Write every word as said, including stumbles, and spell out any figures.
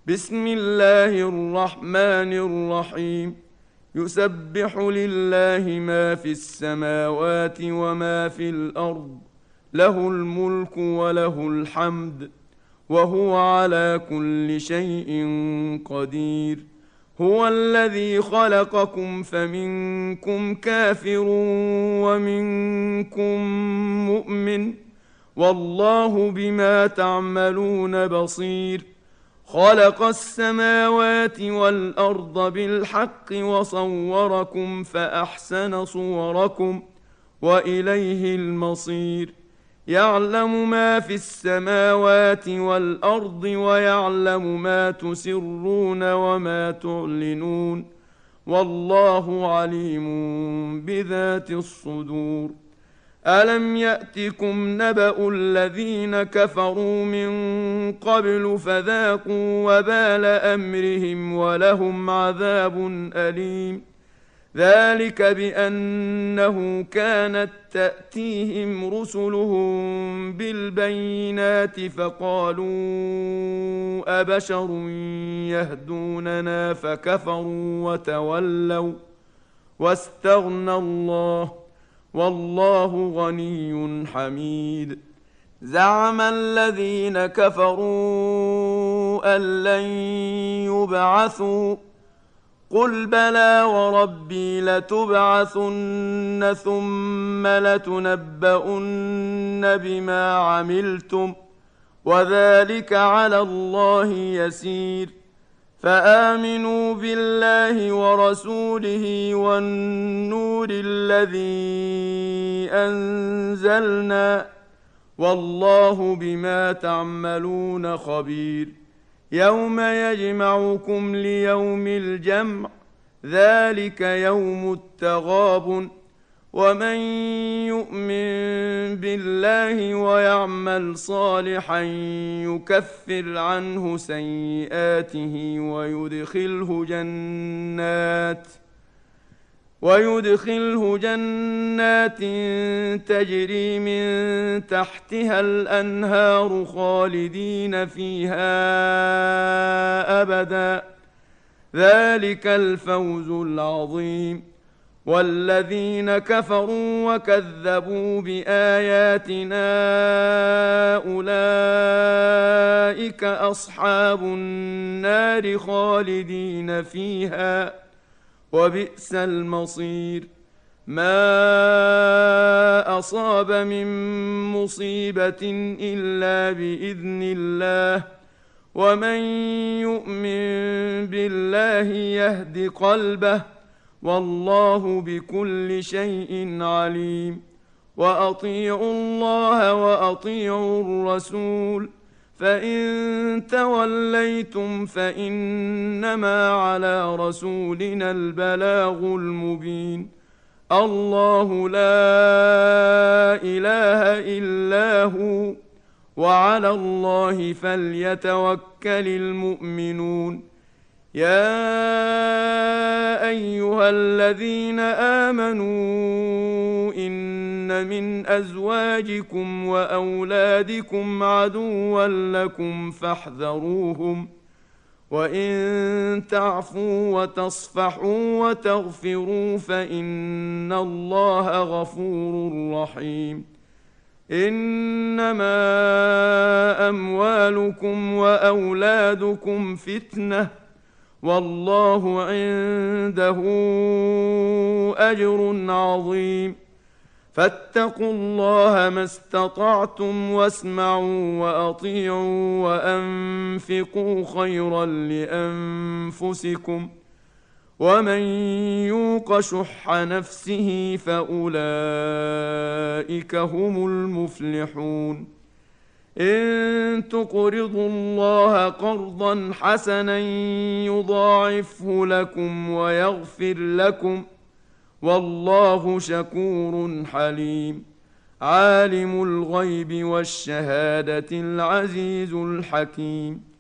بسم الله الرحمن الرحيم. يسبح لله ما في السماوات وما في الأرض، له الملك وله الحمد، وهو على كل شيء قدير. هو الذي خلقكم فمنكم كافر ومنكم مؤمن، والله بما تعملون بصير. خلق السماوات والأرض بالحق وصوركم فأحسن صوركم، وإليه المصير. يعلم ما في السماوات والأرض ويعلم ما تسرون وما تعلنون، والله عليم بذات الصدور. ألم يأتكم نبأ الذين كفروا من قبل فذاقوا وبال أمرهم ولهم عذاب أليم. ذلك بأنه كانت تأتيهم رسلهم بالبينات فقالوا أبشر يهدوننا فكفروا وتولوا واستغنى الله، والله غني حميد. زعم الذين كفروا أن لن يبعثوا، قل بلى وربي لتبعثن ثم لتنبؤن بما عملتم، وذلك على الله يسير. فآمنوا بالله ورسوله والنور الذي أنزلنا، والله بما تعملون خبير. يوم يجمعكم ليوم الجمع، ذلك يوم التغابن. ومن يؤمن بالله ويعمل صالحا يكفر عنه سيئاته ويدخله جنات ويدخله جنات تجري من تحتها الأنهار خالدين فيها أبدا، ذلك الفوز العظيم. والذين كفروا وكذبوا بآياتنا أولئك أصحاب النار خالدين فيها، وبئس المصير. ما أصاب من مصيبة إلا بإذن الله، ومن يؤمن بالله يهد قلبه، والله بكل شيء عليم. وأطيعوا الله وأطيعوا الرسول، فإن توليتم فإنما على رسولنا البلاغ المبين. الله لا إله إلا هو، وعلى الله فليتوكل المؤمنون. يا أيها الذين آمنوا إن من أزواجكم وأولادكم عدوا لكم فاحذروهم، وإن تعفوا وتصفحوا وتغفروا فإن الله غفور رحيم. إنما أموالكم وأولادكم فتنة، والله عنده أجر عظيم. فاتقوا الله ما استطعتم واسمعوا وأطيعوا وأنفقوا خيرا لأنفسكم، ومن يوق شح نفسه فأولئك هم المفلحون. إن تقرضوا الله قرضا حسنا يضاعفه لكم ويغفر لكم، والله شكور حليم. عالم الغيب والشهادة العزيز الحكيم.